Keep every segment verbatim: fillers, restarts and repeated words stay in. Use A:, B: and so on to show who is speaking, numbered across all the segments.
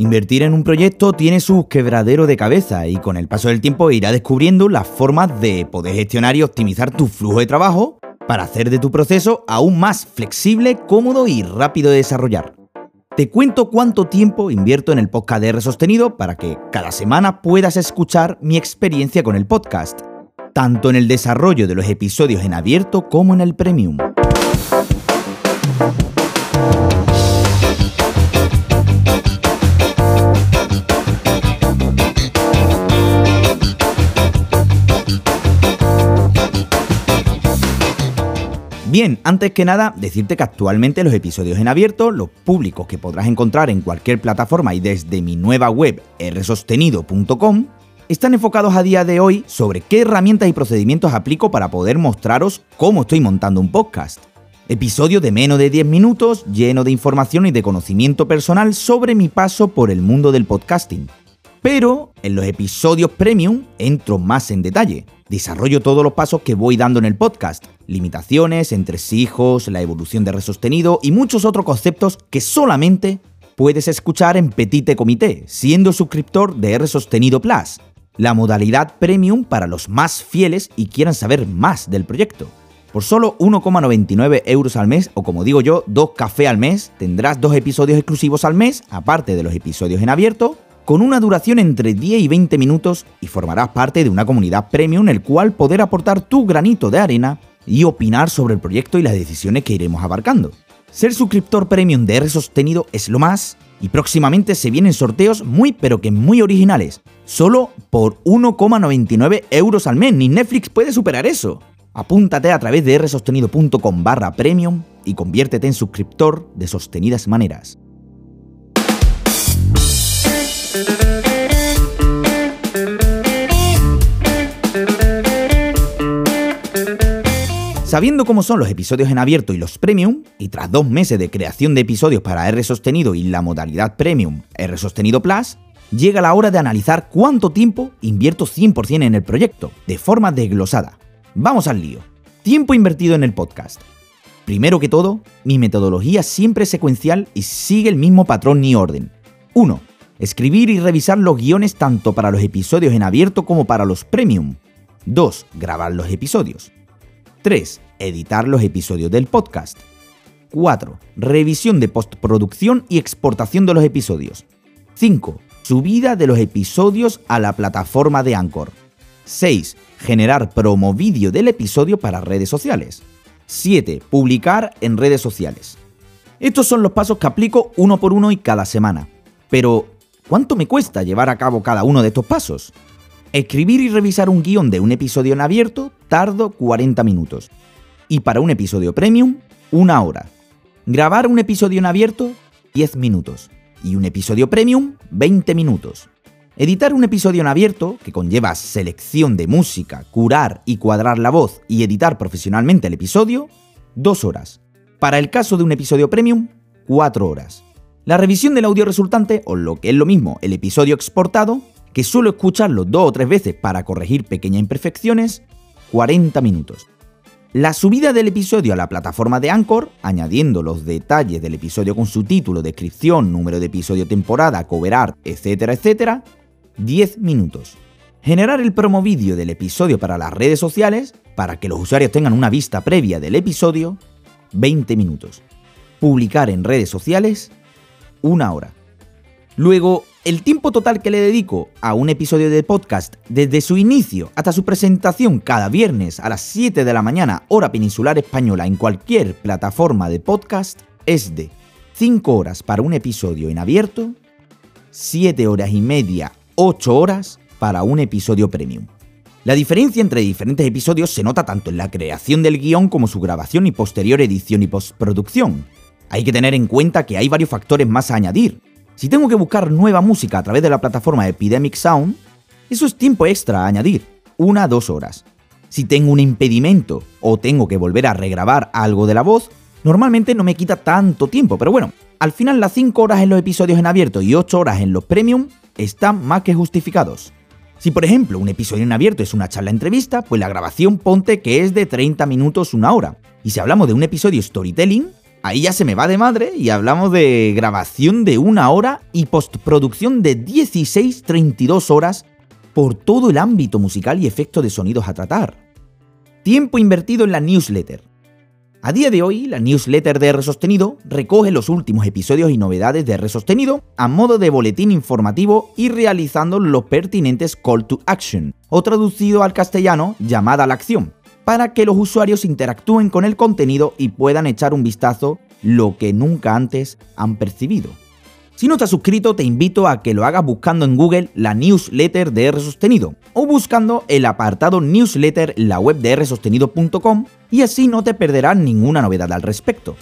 A: Invertir en un proyecto tiene su quebradero de cabeza y con el paso del tiempo irás descubriendo las formas de poder gestionar y optimizar tu flujo de trabajo para hacer de tu proceso aún más flexible, cómodo y rápido de desarrollar. Te cuento cuánto tiempo invierto en el podcast de R Sostenido para que cada semana puedas escuchar mi experiencia con el podcast, tanto en el desarrollo de los episodios en abierto como en el premium. Bien, antes que nada, decirte que actualmente los episodios en abierto, los públicos que podrás encontrar en cualquier plataforma y desde mi nueva web r sostenido punto com, están enfocados a día de hoy sobre qué herramientas y procedimientos aplico para poder mostraros cómo estoy montando un podcast. Episodio de menos de diez minutos, lleno de información y de conocimiento personal sobre mi paso por el mundo del podcasting. Pero en los episodios premium entro más en detalle. Desarrollo todos los pasos que voy dando en el podcast, limitaciones, entresijos, la evolución de R Sostenido y muchos otros conceptos que solamente puedes escuchar en Petite Comité, siendo suscriptor de R Sostenido Plus, la modalidad premium para los más fieles y quieran saber más del proyecto. Por solo uno coma noventa y nueve euros al mes, o como digo yo, dos cafés al mes, tendrás dos episodios exclusivos al mes, aparte de los episodios en abierto, con una duración entre diez y veinte minutos y formarás parte de una comunidad premium en el cual poder aportar tu granito de arena y opinar sobre el proyecto y las decisiones que iremos abarcando. Ser suscriptor premium de R Sostenido es lo más y próximamente se vienen sorteos muy pero que muy originales, solo por uno coma noventa y nueve euros al mes, ni Netflix puede superar eso. Apúntate a través de r sostenido punto com barra premium y conviértete en suscriptor de sostenidas maneras. Sabiendo cómo son los episodios en abierto y los premium, y tras dos meses de creación de episodios para R Sostenido y la modalidad premium R Sostenido Plus, llega la hora de analizar cuánto tiempo invierto cien por ciento en el proyecto, de forma desglosada. Vamos al lío. Tiempo invertido en el podcast. Primero que todo, mi metodología siempre es secuencial y sigue el mismo patrón ni orden. uno. Escribir y revisar los guiones tanto para los episodios en abierto como para los premium. dos. Grabar los episodios. tres. Editar los episodios del podcast. cuatro. Revisión de postproducción y exportación de los episodios. cinco. Subida de los episodios a la plataforma de Anchor. seis. Generar promo vídeo del episodio para redes sociales. siete. Publicar en redes sociales. Estos son los pasos que aplico uno por uno y cada semana. Pero, ¿cuánto me cuesta llevar a cabo cada uno de estos pasos? Escribir y revisar un guión de un episodio en abierto tardo cuarenta minutos. Y para un episodio premium, una hora. Grabar un episodio en abierto, diez minutos. Y un episodio premium, veinte minutos. Editar un episodio en abierto, que conlleva selección de música, curar y cuadrar la voz y editar profesionalmente el episodio, dos horas. Para el caso de un episodio premium, cuatro horas. La revisión del audio resultante, o lo que es lo mismo, el episodio exportado, que suelo escucharlo dos o tres veces para corregir pequeñas imperfecciones, cuarenta minutos. La subida del episodio a la plataforma de Anchor, añadiendo los detalles del episodio con su título, descripción, número de episodio, temporada, cover art, etcétera, etcétera, diez minutos. Generar el promo vídeo del episodio para las redes sociales, para que los usuarios tengan una vista previa del episodio, veinte minutos. Publicar en redes sociales, una hora. Luego, el tiempo total que le dedico a un episodio de podcast desde su inicio hasta su presentación cada viernes a las siete de la mañana, hora peninsular española, en cualquier plataforma de podcast, es de cinco horas para un episodio en abierto, siete horas y media, ocho horas para un episodio premium. La diferencia entre diferentes episodios se nota tanto en la creación del guión como su grabación y posterior edición y postproducción. Hay que tener en cuenta que hay varios factores más a añadir. Si tengo que buscar nueva música a través de la plataforma Epidemic Sound, eso es tiempo extra a añadir, una a dos horas. Si tengo un impedimento o tengo que volver a regrabar algo de la voz, normalmente no me quita tanto tiempo, pero bueno, al final las cinco horas en los episodios en abierto y ocho horas en los premium están más que justificados. Si por ejemplo un episodio en abierto es una charla entrevista, pues la grabación ponte que es de treinta minutos, una hora. Y si hablamos de un episodio storytelling, Ahí ya se me va de madre y hablamos de grabación de una hora y postproducción de dieciséis a treinta y dos horas por todo el ámbito musical y efectos de sonidos a tratar. Tiempo invertido en la newsletter. A día de hoy, la newsletter de R Sostenido recoge los últimos episodios y novedades de R Sostenido a modo de boletín informativo y realizando los pertinentes call to action, o traducido al castellano, llamada a la acción, para que los usuarios interactúen con el contenido y puedan echar un vistazo lo que nunca antes han percibido. Si no estás suscrito, te invito a que lo hagas buscando en Google la newsletter de R Sostenido o buscando el apartado newsletter en la web de r sostenido punto com y así no te perderás ninguna novedad al respecto.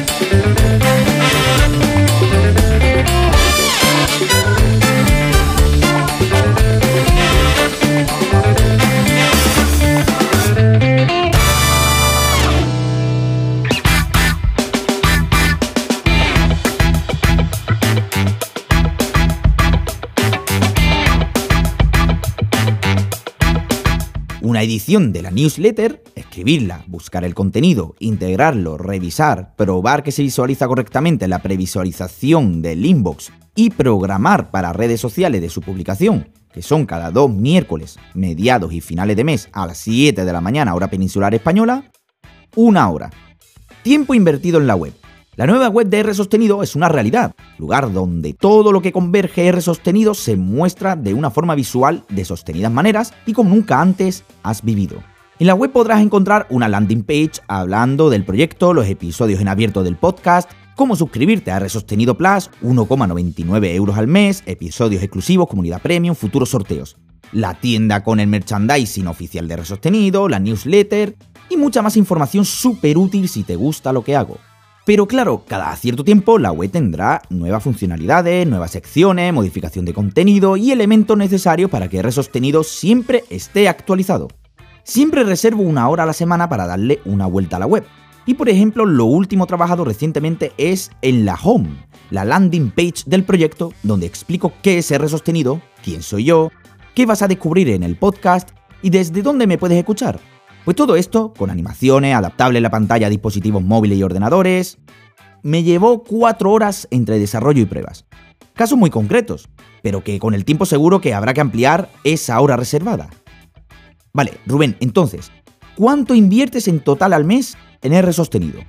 A: Una edición de la newsletter, escribirla, buscar el contenido, integrarlo, revisar, probar que se visualiza correctamente la previsualización del inbox y programar para redes sociales de su publicación, que son cada dos miércoles, mediados y finales de mes a las siete de la mañana hora peninsular española, una hora. Tiempo invertido en la web. La nueva web de R Sostenido es una realidad, lugar donde todo lo que converge R Sostenido se muestra de una forma visual de sostenidas maneras y como nunca antes has vivido. En la web podrás encontrar una landing page hablando del proyecto, los episodios en abierto del podcast, cómo suscribirte a R Sostenido Plus, uno coma noventa y nueve euros al mes, episodios exclusivos, comunidad premium, futuros sorteos, la tienda con el merchandising oficial de R Sostenido, la newsletter y mucha más información súper útil si te gusta lo que hago. Pero claro, cada cierto tiempo la web tendrá nuevas funcionalidades, nuevas secciones, modificación de contenido y elementos necesarios para que R Sostenido siempre esté actualizado. Siempre reservo una hora a la semana para darle una vuelta a la web. Y por ejemplo, lo último trabajado recientemente es en la home, la landing page del proyecto, donde explico qué es R Sostenido, quién soy yo, qué vas a descubrir en el podcast y desde dónde me puedes escuchar. Pues todo esto, con animaciones, adaptable en la pantalla a dispositivos móviles y ordenadores, me llevó cuatro horas entre desarrollo y pruebas. Casos muy concretos, pero que con el tiempo seguro que habrá que ampliar esa hora reservada. Vale, Rubén, entonces, ¿cuánto inviertes en total al mes en R Sostenido?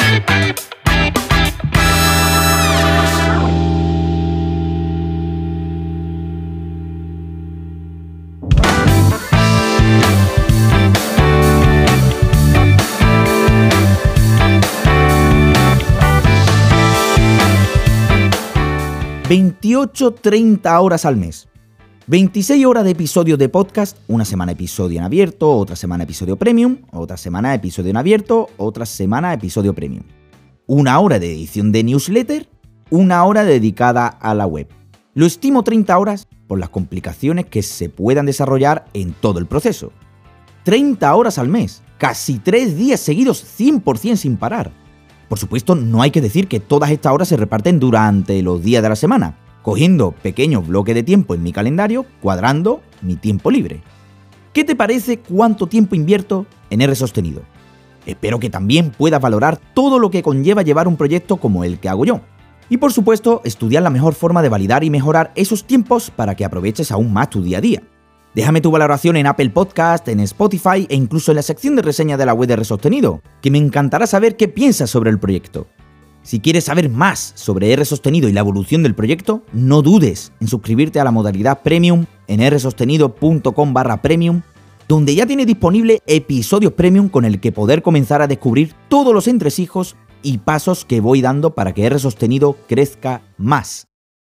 A: veintiocho a treinta horas al mes. veintiséis horas de episodios de podcast, una semana episodio en abierto, otra semana episodio premium, otra semana episodio en abierto, otra semana episodio premium. Una hora de edición de newsletter, una hora dedicada a la web. Lo estimo treinta horas por las complicaciones que se puedan desarrollar en todo el proceso. treinta horas al mes, casi tres días seguidos cien por ciento sin parar. Por supuesto, no hay que decir que todas estas horas se reparten durante los días de la semana, cogiendo pequeños bloques de tiempo en mi calendario, cuadrando mi tiempo libre. ¿Qué te parece cuánto tiempo invierto en R Sostenido? Espero que también puedas valorar todo lo que conlleva llevar un proyecto como el que hago yo. Y por supuesto, estudiar la mejor forma de validar y mejorar esos tiempos para que aproveches aún más tu día a día. Déjame tu valoración en Apple Podcast, en Spotify e incluso en la sección de reseña de la web de R Sostenido, que me encantará saber qué piensas sobre el proyecto. Si quieres saber más sobre R Sostenido y la evolución del proyecto, no dudes en suscribirte a la modalidad Premium en r sostenido punto com barra premium, donde ya tienes disponible episodios Premium con el que poder comenzar a descubrir todos los entresijos y pasos que voy dando para que R Sostenido crezca más.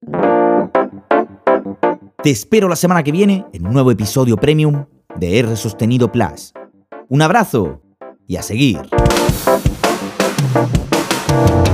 A: Te espero la semana que viene en un nuevo episodio Premium de R Sostenido Plus. Un abrazo y a seguir.